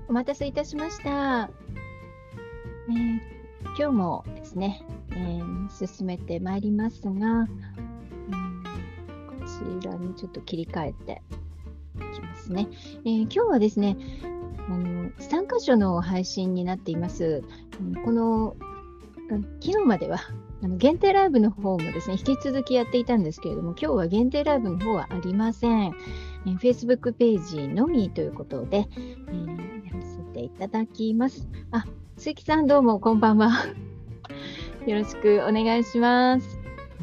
お待たせいたしました。今日もですね、進めてまいりますが、こちらにちょっと切り替えていきますね。今日はですね、3箇所の配信になっています。昨日までは限定ライブの方もですね、引き続きやっていたんですけれども、今日は限定ライブの方はありません。Facebook ページのみということで、やらせていただきます。鈴木さんどうもこんばんは。よろしくお願いします。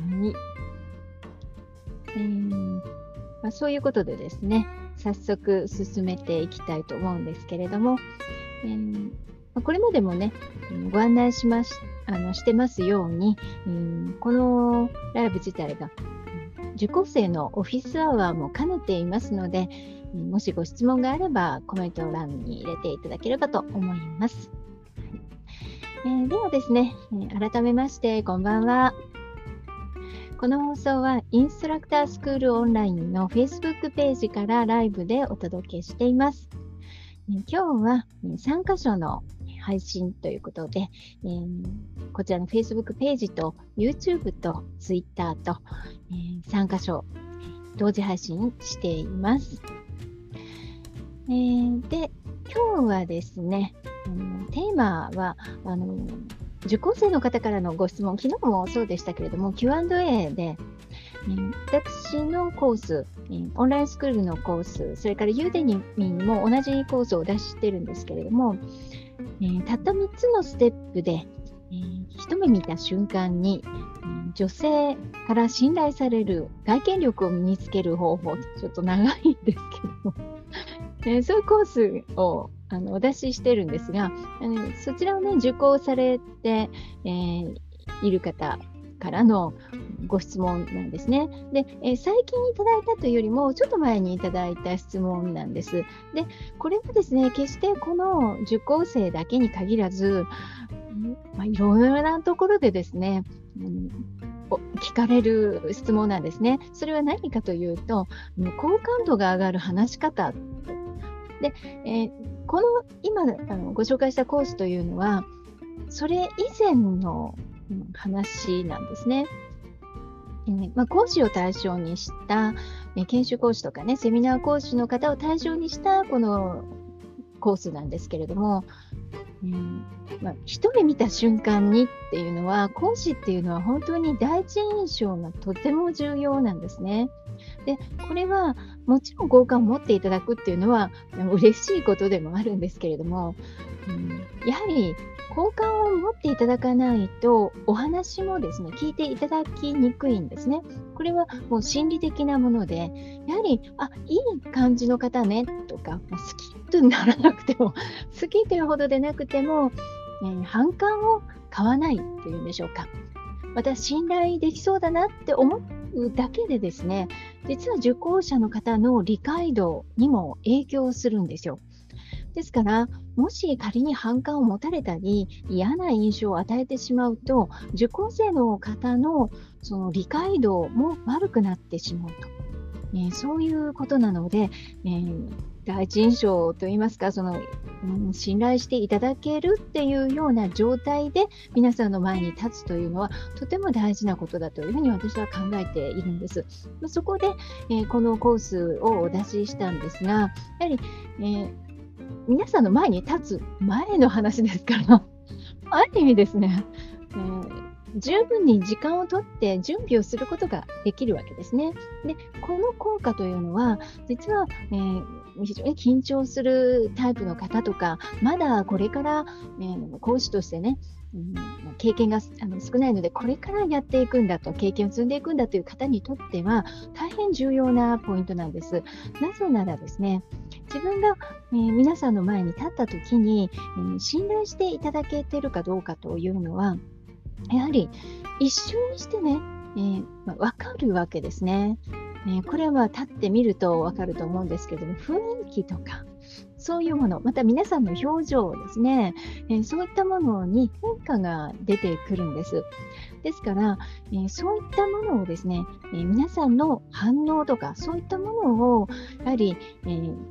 そういうことでですね、早速進めていきたいと思うんですけれども、これまでもね、ご案内してますように、このライブ自体が受講生のオフィスアワーも兼ねていますので、もしご質問があればコメント欄に入れていただければと思います。ではですね、改めましてこんばんは。この放送はインストラクタースクールオンラインの Facebook ページからライブでお届けしています。今日は3箇所の配信ということで、こちらの Facebook ページと YouTube と Twitter と、3箇所同時配信しています。で、今日はですね、テーマは受講生の方からのご質問、昨日もそうでしたけれども Q&A で、私のコース、オンラインスクールのコース、それからユーデミにも同じコースを出してるんですけれども、たった3つのステップで、一目見た瞬間に、女性から信頼される外見力を身につける方法、ちょっと長いんですけど、そういうコースをお出ししてるんですが、そちらをね、受講されて、いる方からのご質問なんですね。で、最近いただいたというよりもちょっと前にいただいた質問なんです。で、これはですね、決してこの受講生だけに限らず、いろいろなところでですね、聞かれる質問なんですね。それは何かというと、好感度が上がる話し方で、この今ご紹介したコースというのはそれ以前の話なんですね。講師を対象にした、研修講師とかね、セミナー講師の方を対象にしたこのコースなんですけれども、一目見た瞬間にっていうのは、講師っていうのは本当に第一印象がとても重要なんですね。で、これはもちろん好感を持っていただくっていうのは嬉しいことでもあるんですけれども、やはり好感を持っていただかないとお話もですね、聞いていただきにくいんですね。これはもう心理的なもので、やはりいい感じの方ねとか、好きとならなくても好きというほどでなくても、反感を買わないというんでしょうか。また信頼できそうだなって思うだけでですね、実は受講者の方の理解度にも影響するんですよ。ですから、もし仮に反感を持たれたり、嫌な印象を与えてしまうと、受講生の方のその理解度も悪くなってしまうと。そういうことなので、第一印象といいますか、信頼していただけるっていうような状態で皆さんの前に立つというのはとても大事なことだというふうに私は考えているんです。そこで、このコースをお出ししたんですが、やはり、皆さんの前に立つ前の話ですからある意味ですね、十分に時間をとって準備をすることができるわけですね。で、この効果というのは実は、非常に緊張するタイプの方とか、まだこれから、講師としてね、経験が少ないのでこれからやっていくんだと、経験を積んでいくんだという方にとっては大変重要なポイントなんです。なぜならですね、自分が、皆さんの前に立った時に、信頼していただけているかどうかというのはやはり一瞬にしてね、分かるわけですね。これは立ってみると分かると思うんですけども、雰囲気とかそういうもの、また皆さんの表情ですね、そういったものに変化が出てくるんです。ですから、そういったものをですね、皆さんの反応とかそういったものをやはり、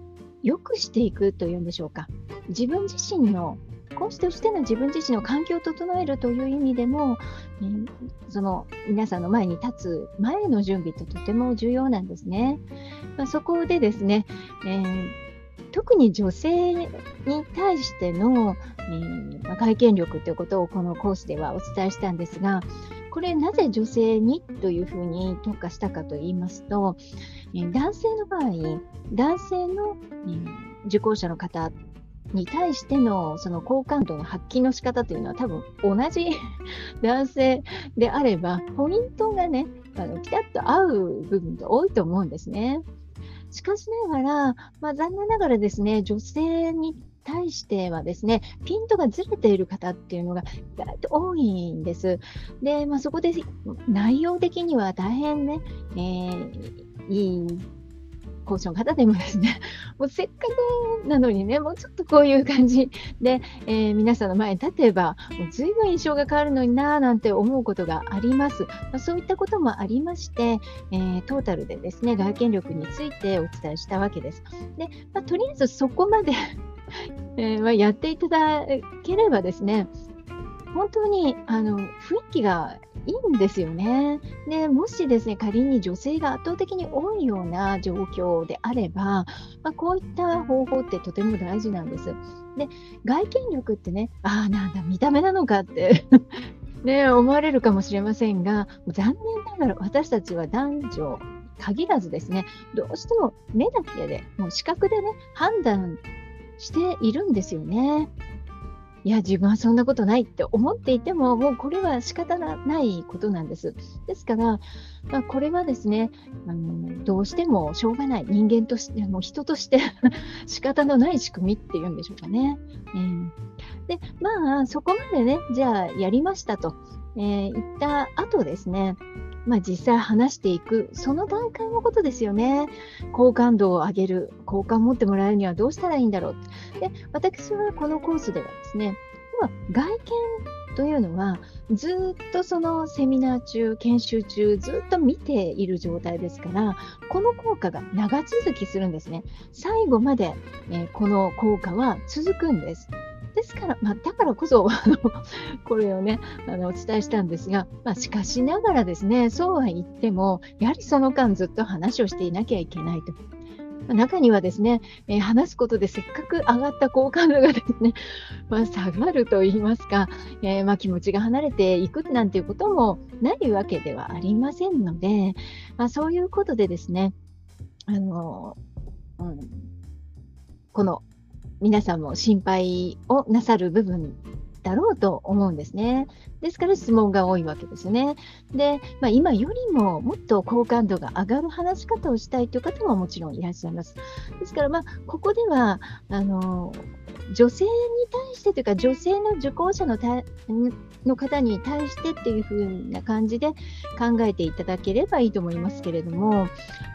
良くしていくというんでしょうか。自分自身の講師としての自分自身の環境を整えるという意味でも、その皆さんの前に立つ前の準備ってとても重要なんですね。そこでですね、特に女性に対しての、外見力ということをこのコースではお伝えしたんですが、これなぜ女性にというふうに特化したかと言いますと、男性の場合、男性の、受講者の方に対してのその好感度の発揮の仕方というのは多分同じ男性であればポイントがね、ピタッと合う部分が多いと思うんですね。しかしながら、残念ながらですね、女性に対してはですね、ピントがずれている方っていうのがだいと多いんです。で、そこで内容的には大変ね、いい講師の方でもですね、もうせっかくなのにね、もうちょっとこういう感じで、皆さんの前に立てば、もう随分印象が変わるのになぁなんて思うことがあります。そういったこともありまして、トータルでですね、外見力についてお伝えしたわけです。で、とりあえずそこまでやっていただければですね、本当に雰囲気がいいんですよね。で、もしですね、仮に女性が圧倒的に多いような状況であれば、こういった方法ってとても大事なんです。で、外見力ってね、なんだ、見た目なのかってね、思われるかもしれませんが、残念ながら私たちは男女限らずですね、どうしても目だけで、もう視覚でね、判断しているんですよね。いや、自分はそんなことないって思っていても、もうこれは仕方がないことなんです。ですから、これはですね、どうしてもしょうがない、人間として、もう人として仕方のない仕組みっていうんでしょうかね。で、そこまでね、じゃあやりましたと、言った後ですね、実際話していく、その段階のことですよね。好感度を上げる、好感を持ってもらえるにはどうしたらいいんだろう。で、私はこのコースではですね、外見というのは、ずっとそのセミナー中、研修中、ずっと見ている状態ですから、この効果が長続きするんですね。最後まで、この効果は続くんです。ですから、だからこそこれをね、お伝えしたんですが、しかしながらですね、そうは言っても、やはりその間ずっと話をしていなきゃいけないと。中にはですね、話すことでせっかく上がった好感度がですね、下がると言いますか、気持ちが離れていくなんていうこともないわけではありませんので、そういうことでですね、この皆さんも心配をなさる部分だろうと思うんですね。ですから質問が多いわけですね。で、今よりももっと好感度が上がる話し方をしたいという方ももちろんいらっしゃいます。ですから、ここでは女性に対してというか、女性の受講者の方に対してっていう風な感じで考えていただければいいと思いますけれども、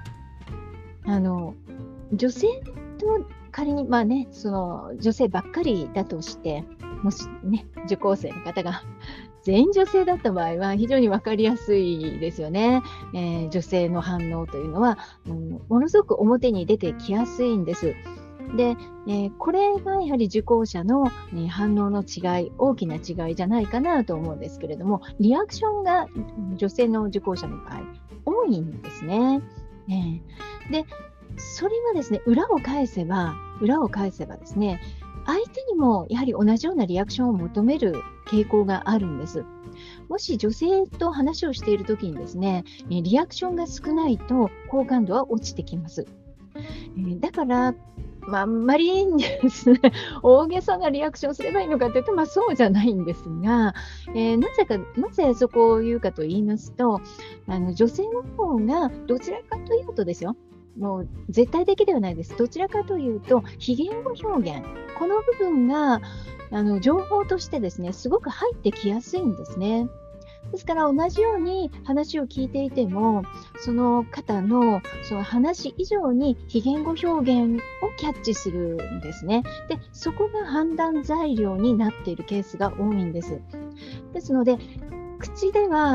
女性と仮にその女性ばっかりだとして、もしね、受講生の方が全員女性だった場合は非常に分かりやすいですよね。女性の反応というのは、ものすごく表に出てきやすいんです。で、これがやはり受講者の、反応の違い、大きな違いじゃないかなと思うんですけれども、リアクションが女性の受講者の場合多いんですね。で、それはですね、裏を返せばですね、相手にもやはり同じようなリアクションを求める傾向があるんです。もし女性と話をしているときにですね、リアクションが少ないと好感度は落ちてきます。だから、あんまりですね、大げさなリアクションすればいいのかというと、そうじゃないんですが、なぜそこを言うかと言いますと、女性の方がどちらかというとですよ、もう絶対的ではないです。どちらかというと、非言語表現、この部分が情報としてですね、すごく入ってきやすいんですね。ですから同じように話を聞いていても、その方のその話以上に非言語表現をキャッチするんですね。で、そこが判断材料になっているケースが多いんです。ですので、口では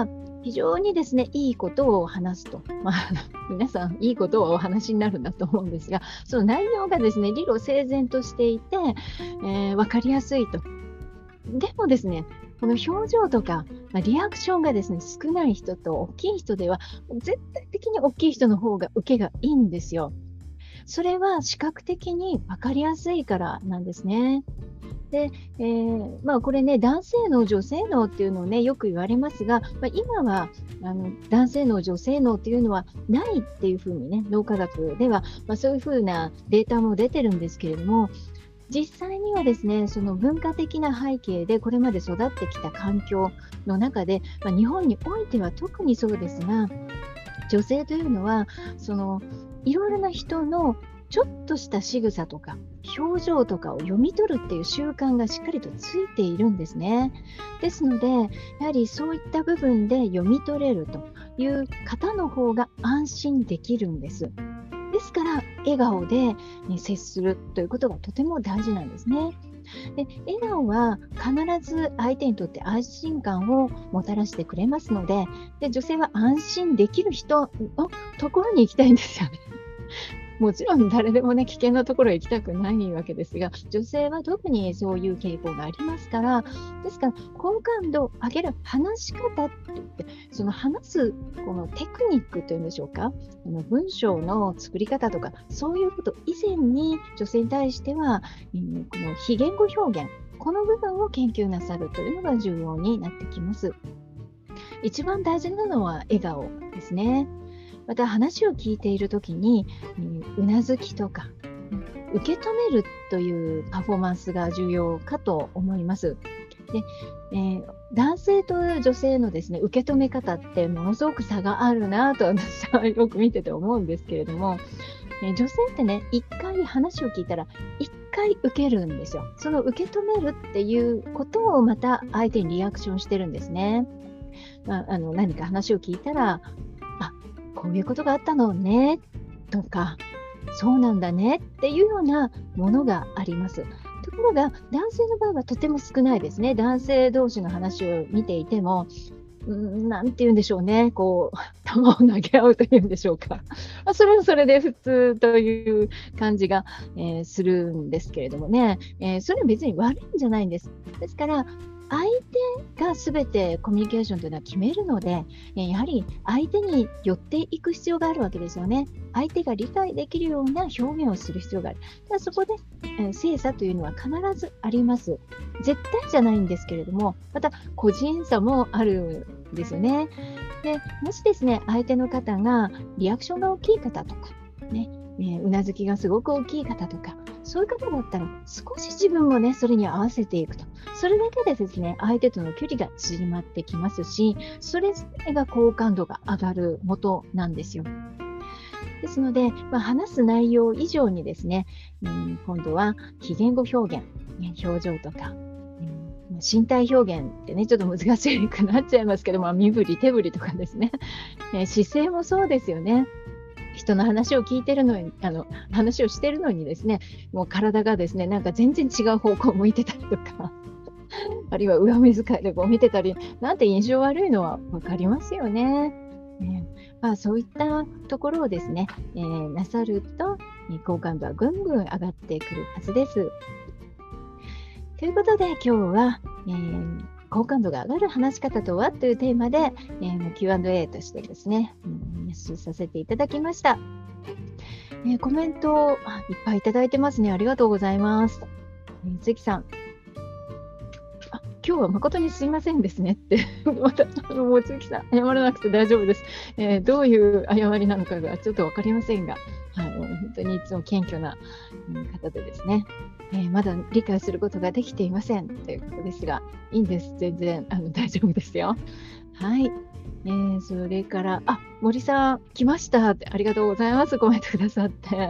非常にですね、いいことを話すと。皆さん、いいことをお話になるんだと思うんですが、その内容がですね、理路整然としていて、分かりやすいと。でもですね、この表情とか、リアクションがですね、少ない人と大きい人では、絶対的に大きい人の方が受けがいいんですよ。それは視覚的に分かりやすいからなんですね。で、これね、男性脳、女性脳っていうのをね、よく言われますが、今は男性脳、女性脳っていうのはないっていうふうにね、脳科学では、そういうふうなデータも出てるんですけれども、実際にはですね、その文化的な背景でこれまで育ってきた環境の中で、日本においては特にそうですが、女性というのは、そのいろいろな人のちょっとした仕草とか表情とかを読み取るっていう習慣がしっかりとついているんですね。ですので、やはりそういった部分で読み取れるという方の方が安心できるんです。ですから、笑顔で接するということがとても大事なんですね。で、笑顔は必ず相手にとって安心感をもたらしてくれますので、女性は安心できる人のところに行きたいんですよね。もちろん誰でもね、危険なところへ行きたくないわけですが、女性は特にそういう傾向がありますから、ですから好感度を上げる話し方って言って、その話すこのテクニックというんでしょうか、文章の作り方とか、そういうこと以前に女性に対しては、この非言語表現、この部分を研究なさるというのが重要になってきます。一番大事なのは笑顔ですね。また話を聞いているときに、うなずきとか、受け止めるというパフォーマンスが重要かと思います。で、男性と女性のですね、受け止め方ってものすごく差があるなと私はよく見てて思うんですけれども、女性ってね、一回話を聞いたら一回受けるんですよ。その受け止めるっていうことをまた相手にリアクションしてるんですね。何か話を聞いたら、こういうことがあったのねとか、そうなんだねっていうようなものがあります。ところが男性の場合はとても少ないですね。男性同士の話を見ていても、なんて言うんでしょうね、こう球を投げ合うというんでしょうか。それはそれで普通という感じが、するんですけれどもね、それは別に悪いんじゃないんです。ですから相手が全てコミュニケーションというのは決めるので、やはり相手に寄っていく必要があるわけですよね。相手が理解できるような表現をする必要がある。そこで、精査というのは必ずあります。絶対じゃないんですけれども、また個人差もあるんですよね。で、もしですね、相手の方がリアクションが大きい方とか、ね、うなずきがすごく大きい方とか、そういう方だったら少し自分もね、それに合わせていくと。それだけでですね、相手との距離が縮まってきますし、それ自体が好感度が上がる元なんですよ。ですので、話す内容以上にですね、今度は非言語表現、表情とか、身体表現ってね、ちょっと難しくなっちゃいますけども、身振り手振りとかですね、姿勢もそうですよね。人の話を聞いてるのに、話をしてるのにですね、もう体がですね、なんか全然違う方向を向いてたりとか、あるいは上目遣いでこう見てたり、なんて印象悪いのは分かりますよね。そういったところをですね、なさると、好感度はぐんぐん上がってくるはずです。ということで今日は、好感度が上がる話し方とはというテーマで、Q&A としてですね、発信させていただきました。コメントをいっぱいいただいてますね。ありがとうございます。関さん。今日は誠にすいませんですねって。また、もう関さん、謝らなくて大丈夫です。どういう謝りなのかがちょっとわかりませんが、本当にいつも謙虚な方でですね、まだ理解することができていませんということですが、いいんです。全然大丈夫ですよ。はい。それから、森さん来ましたって、ありがとうございます。コメントくださって。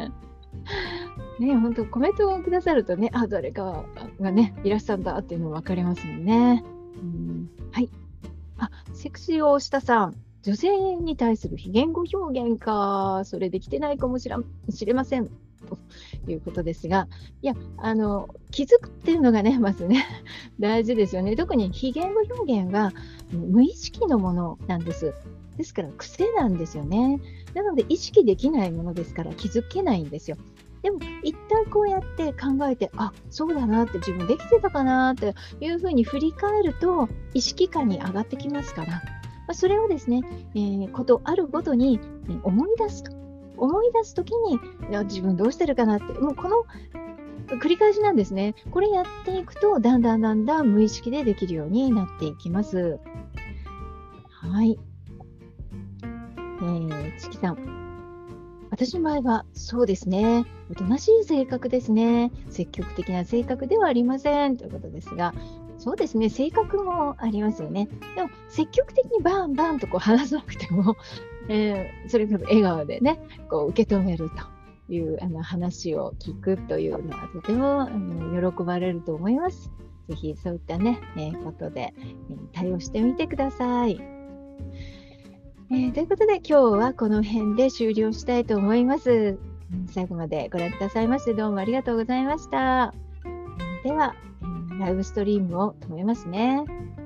本当コメントをくださるとね、誰かがね、いらっしゃるんだっていうのも分かりますもんね。はい。セクシー大下さん、女性に対する非言語表現か、それできてないかもしれません。 ということですが、いや、気づくっていうのがね、まずね、大事ですよね。特に非言語表現は無意識のものなんです。ですから癖なんですよね。なので意識できないものですから気づけないんですよ。でも一旦こうやって考えて、あ、そうだなって自分できてたかなっていうふうに振り返ると意識下に上がってきますから、それをですね、ことあるごとに思い出すと。思い出すときに、いや自分どうしてるかなって、もうこの繰り返しなんですね。これやっていくと、だんだんだんだん無意識でできるようになっていきます。はい。ちきさん。私の場合は、そうですね。おとなしい性格ですね。積極的な性格ではありませんということですが、そうですね。性格もありますよね。でも、積極的にバンバンとこう話さなくても、それこそ笑顔でね、こう受け止めるという話を聞くというのはとても喜ばれると思います。ぜひそういったね、ことで、対応してみてください。ということで今日はこの辺で終了したいと思います。最後までご覧くださいましてどうもありがとうございました。では、ライブストリームを止めますね。